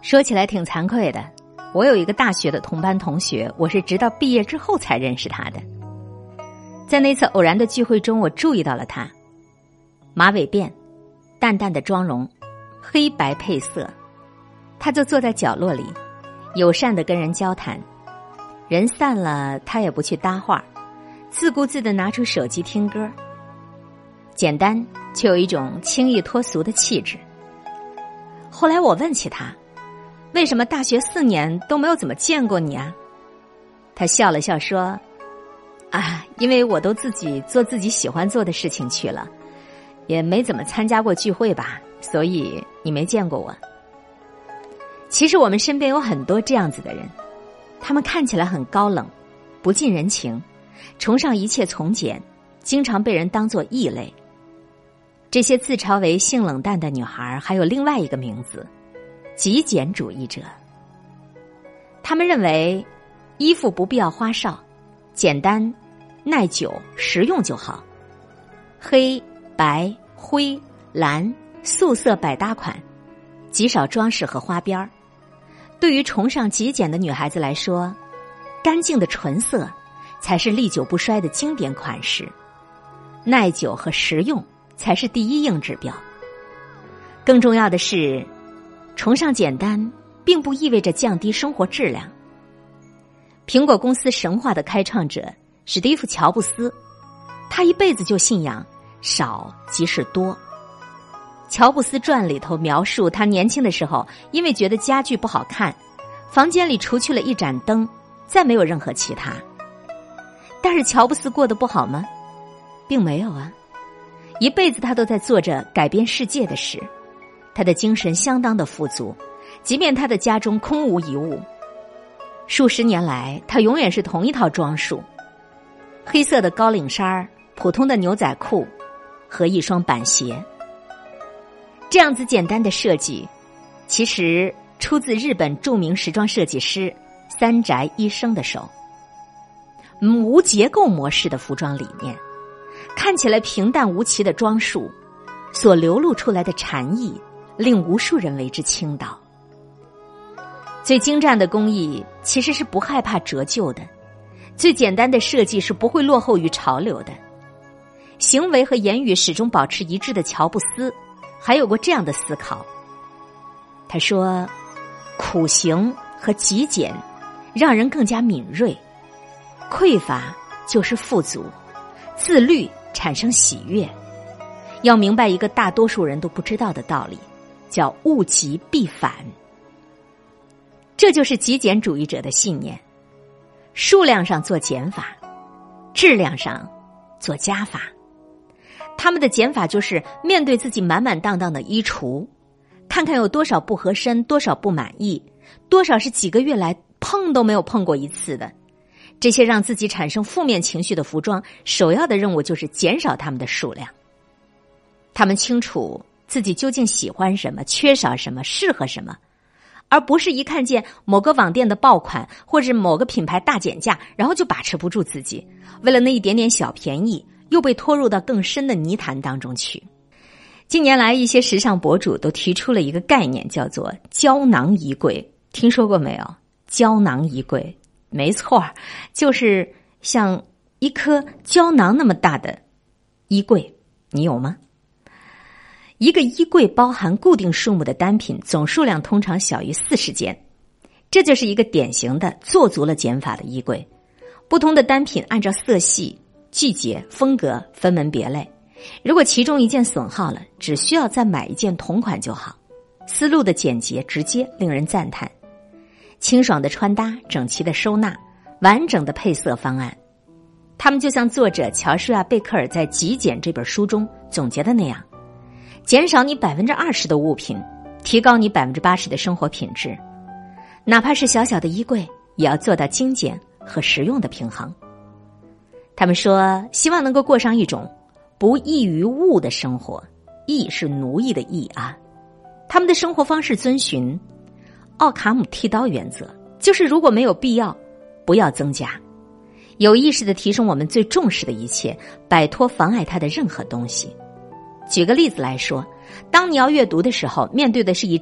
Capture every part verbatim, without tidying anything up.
说起来挺惭愧的，我有一个大学的同班同学，我是直到毕业之后才认识他的。在那次偶然的聚会中，我注意到了他，马尾辫，淡淡的妆容，黑白配色。他就坐在角落里，友善地跟人交谈。人散了，他也不去搭话，自顾自地拿出手机听歌，简单却有一种轻易脱俗的气质。后来我问起他，为什么大学四年都没有怎么见过你啊？他笑了笑说，啊，因为我都自己做自己喜欢做的事情去了，也没怎么参加过聚会吧，所以你没见过我。其实我们身边有很多这样子的人，他们看起来很高冷，不近人情，崇尚一切从简，经常被人当作异类。这些自嘲为性冷淡的女孩还有另外一个名字，极简主义者。他们认为衣服不必要花哨，简单耐久实用就好，黑白灰蓝素色百搭款，极少装饰和花边儿。对于崇尚极简的女孩子来说，干净的纯色才是历久不衰的经典款式，耐久和实用才是第一硬指标。更重要的是，崇尚简单并不意味着降低生活质量。苹果公司神话的开创者史蒂夫·乔布斯，他一辈子就信仰少即是多。乔布斯传里头描述他年轻的时候，因为觉得家具不好看，房间里除去了一盏灯，再没有任何其他。但是乔布斯过得不好吗？并没有啊，一辈子他都在做着改变世界的事。他的精神相当的富足，即便他的家中空无一物。数十年来，他永远是同一套装束，黑色的高领衫、普通的牛仔裤和一双板鞋。这样子简单的设计，其实出自日本著名时装设计师三宅一生的手。无结构模式的服装理念，看起来平淡无奇的装束，所流露出来的禅意，令无数人为之倾倒。最精湛的工艺其实是不害怕折旧的，最简单的设计是不会落后于潮流的。行为和言语始终保持一致的乔布斯还有过这样的思考，他说，苦行和极简让人更加敏锐，匮乏就是富足，自律产生喜悦。要明白一个大多数人都不知道的道理，叫物极必反。这就是极简主义者的信念，数量上做减法，质量上做加法。他们的减法就是面对自己满满当当的衣橱，看看有多少不合身，多少不满意，多少是几个月来碰都没有碰过一次的。这些让自己产生负面情绪的服装，首要的任务就是减少它们的数量。他们清楚自己究竟喜欢什么，缺少什么，适合什么，而不是一看见某个网店的爆款或者某个品牌大减价，然后就把持不住自己，为了那一点点小便宜又被拖入到更深的泥潭当中去。近年来，一些时尚博主都提出了一个概念，叫做胶囊衣柜，听说过没有？胶囊衣柜，没错，就是像一颗胶囊那么大的衣柜，你有吗？一个衣柜包含固定数目的单品，总数量通常小于四十件，这就是一个典型的做足了减法的衣柜。不同的单品按照色系、季节、风格分门别类，如果其中一件损耗了，只需要再买一件同款就好。思路的简洁直接令人赞叹，清爽的穿搭，整齐的收纳，完整的配色方案。他们就像作者乔舒亚·贝克尔在《极简》这本书中总结的那样，减少你百分之二十的物品，提高你百分之八十的生活品质。哪怕是小小的衣柜，也要做到精简和实用的平衡。他们说，希望能够过上一种不易于物的生活，易是奴役的易啊。他们的生活方式遵循奥卡姆剃刀原则，就是如果没有必要，不要增加。有意识地提升我们最重视的一切，摆脱妨碍它的任何东西。举个例子来说，当你要阅读的时候，面对的是一张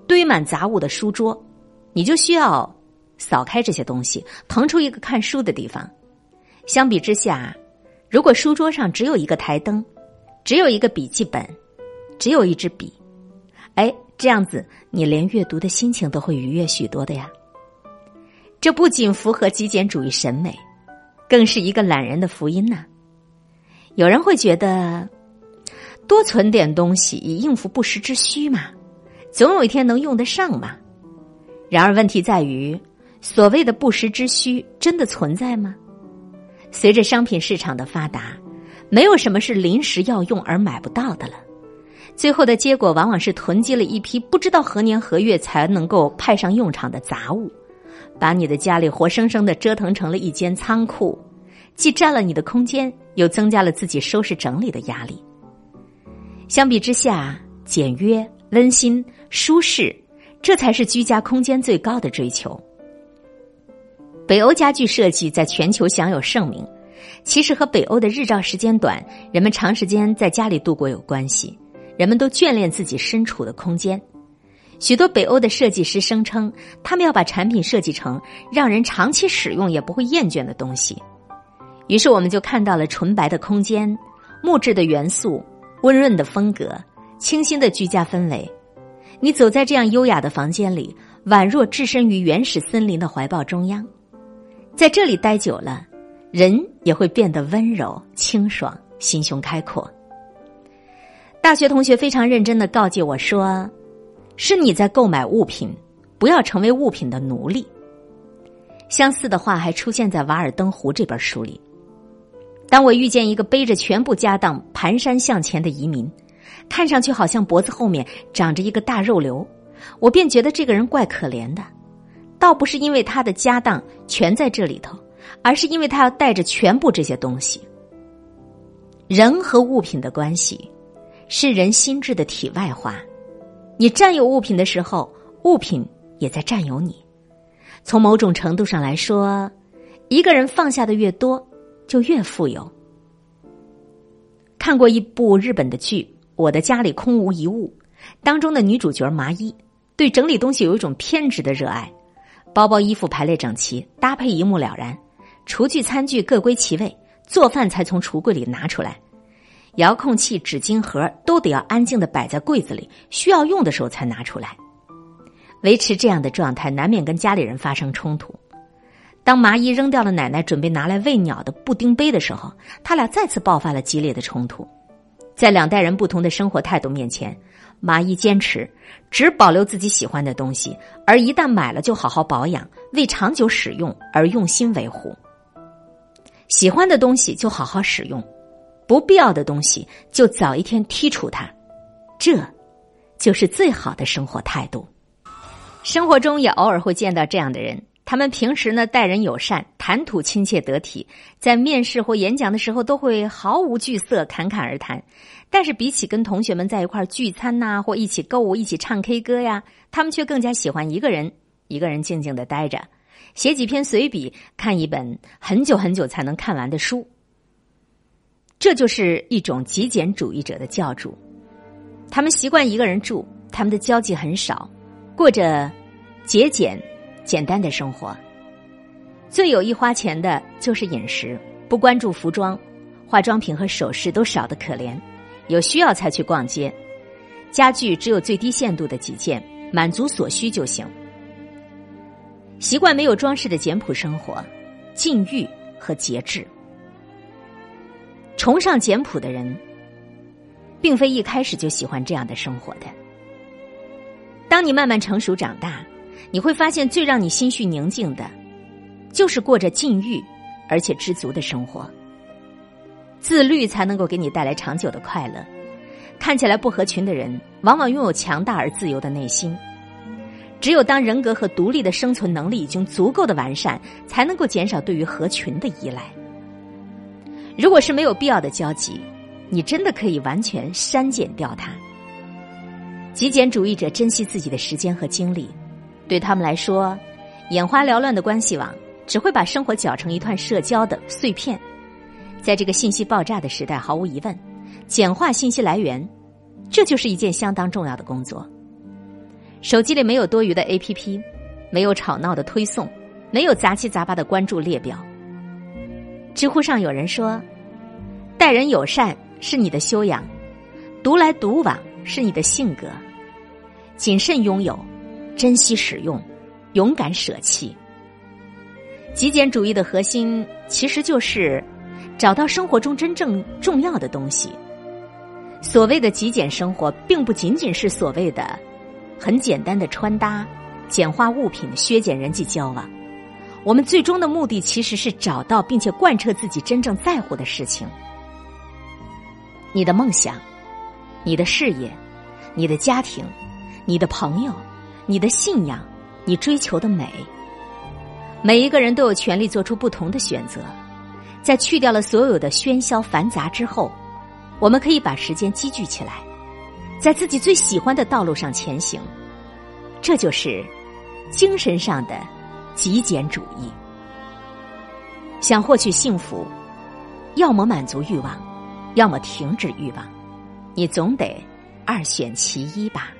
堆满杂物的书桌，你就需要扫开这些东西，腾出一个看书的地方。相比之下，如果书桌上只有一个台灯，只有一个笔记本，只有一支笔，哎，这样子你连阅读的心情都会愉悦许多的呀。这不仅符合极简主义审美，更是一个懒人的福音呢。有人会觉得多存点东西以应付不时之需嘛，总有一天能用得上嘛。然而问题在于，所谓的不时之需真的存在吗？随着商品市场的发达，没有什么是临时要用而买不到的了。最后的结果往往是囤积了一批不知道何年何月才能够派上用场的杂物，把你的家里活生生的折腾成了一间仓库，既占了你的空间，又增加了自己收拾整理的压力。相比之下，简约、温馨、舒适，这才是居家空间最高的追求。北欧家具设计在全球享有盛名，其实和北欧的日照时间短，人们长时间在家里度过有关系。人们都眷恋自己身处的空间。许多北欧的设计师声称，他们要把产品设计成让人长期使用也不会厌倦的东西。于是我们就看到了纯白的空间、木质的元素、温润的风格、清新的居家氛围。你走在这样优雅的房间里，宛若置身于原始森林的怀抱中央。在这里待久了，人也会变得温柔、清爽、心胸开阔。大学同学非常认真地告诫我说，是你在购买物品，不要成为物品的奴隶。相似的话还出现在《瓦尔登湖》这本书里。当我遇见一个背着全部家当蹒跚向前的移民，看上去好像脖子后面长着一个大肉瘤，我便觉得这个人怪可怜的，倒不是因为他的家当全在这里头，而是因为他要带着全部这些东西。人和物品的关系是人心智的体外化，你占有物品的时候，物品也在占有你。从某种程度上来说，一个人放下的越多，就越富有。看过一部日本的剧《我的家里空无一物》，当中的女主角麻衣对整理东西有一种偏执的热爱，包包衣服排列整齐，搭配一目了然，厨具餐具各归其位，做饭才从橱柜里拿出来，遥控器、纸巾盒都得要安静地摆在柜子里，需要用的时候才拿出来。维持这样的状态，难免跟家里人发生冲突。当麻衣扔掉了奶奶准备拿来喂鸟的布丁杯的时候，他俩再次爆发了激烈的冲突。在两代人不同的生活态度面前，麻衣坚持只保留自己喜欢的东西，而一旦买了就好好保养，为长久使用而用心维护。喜欢的东西就好好使用，不必要的东西就早一天剔除它，这就是最好的生活态度。生活中也偶尔会见到这样的人，他们平时呢待人友善，谈吐亲切得体，在面试或演讲的时候都会毫无惧色，侃侃而谈。但是比起跟同学们在一块儿聚餐呐、啊，或一起购物、一起唱 K 歌呀，他们却更加喜欢一个人一个人静静地待着，写几篇随笔，看一本很久很久才能看完的书。这就是一种极简主义者的教主。他们习惯一个人住，他们的交际很少，过着节俭简单的生活。最有意花钱的就是饮食，不关注服装，化妆品和首饰都少得可怜，有需要才去逛街。家具只有最低限度的几件，满足所需就行。习惯没有装饰的简朴生活，禁欲和节制。崇尚简朴的人，并非一开始就喜欢这样的生活的。当你慢慢成熟长大，你会发现最让你心绪宁静的，就是过着禁欲而且知足的生活。自律才能够给你带来长久的快乐。看起来不合群的人，往往拥有强大而自由的内心。只有当人格和独立的生存能力已经足够的完善，才能够减少对于合群的依赖。如果是没有必要的交集，你真的可以完全删减掉它。极简主义者珍惜自己的时间和精力，对他们来说，眼花缭乱的关系网只会把生活搅成一团社交的碎片。在这个信息爆炸的时代，毫无疑问，简化信息来源，这就是一件相当重要的工作。 手机里没有多余的 A P P， 没有吵闹的推送，没有杂七杂八的关注列表。知乎上有人说，待人友善是你的修养，独来独往是你的性格，谨慎拥有，珍惜使用，勇敢舍弃。极简主义的核心其实就是找到生活中真正重要的东西。所谓的极简生活，并不仅仅是所谓的很简单的穿搭、简化物品、削减人际交往。我们最终的目的其实是找到并且贯彻自己真正在乎的事情。你的梦想，你的事业，你的家庭，你的朋友，你的信仰，你追求的美。每一个人都有权利做出不同的选择。在去掉了所有的喧嚣繁杂之后，我们可以把时间积聚起来，在自己最喜欢的道路上前行。这就是精神上的极简主义。想获取幸福，要么满足欲望，要么停止欲望，你总得二选其一吧。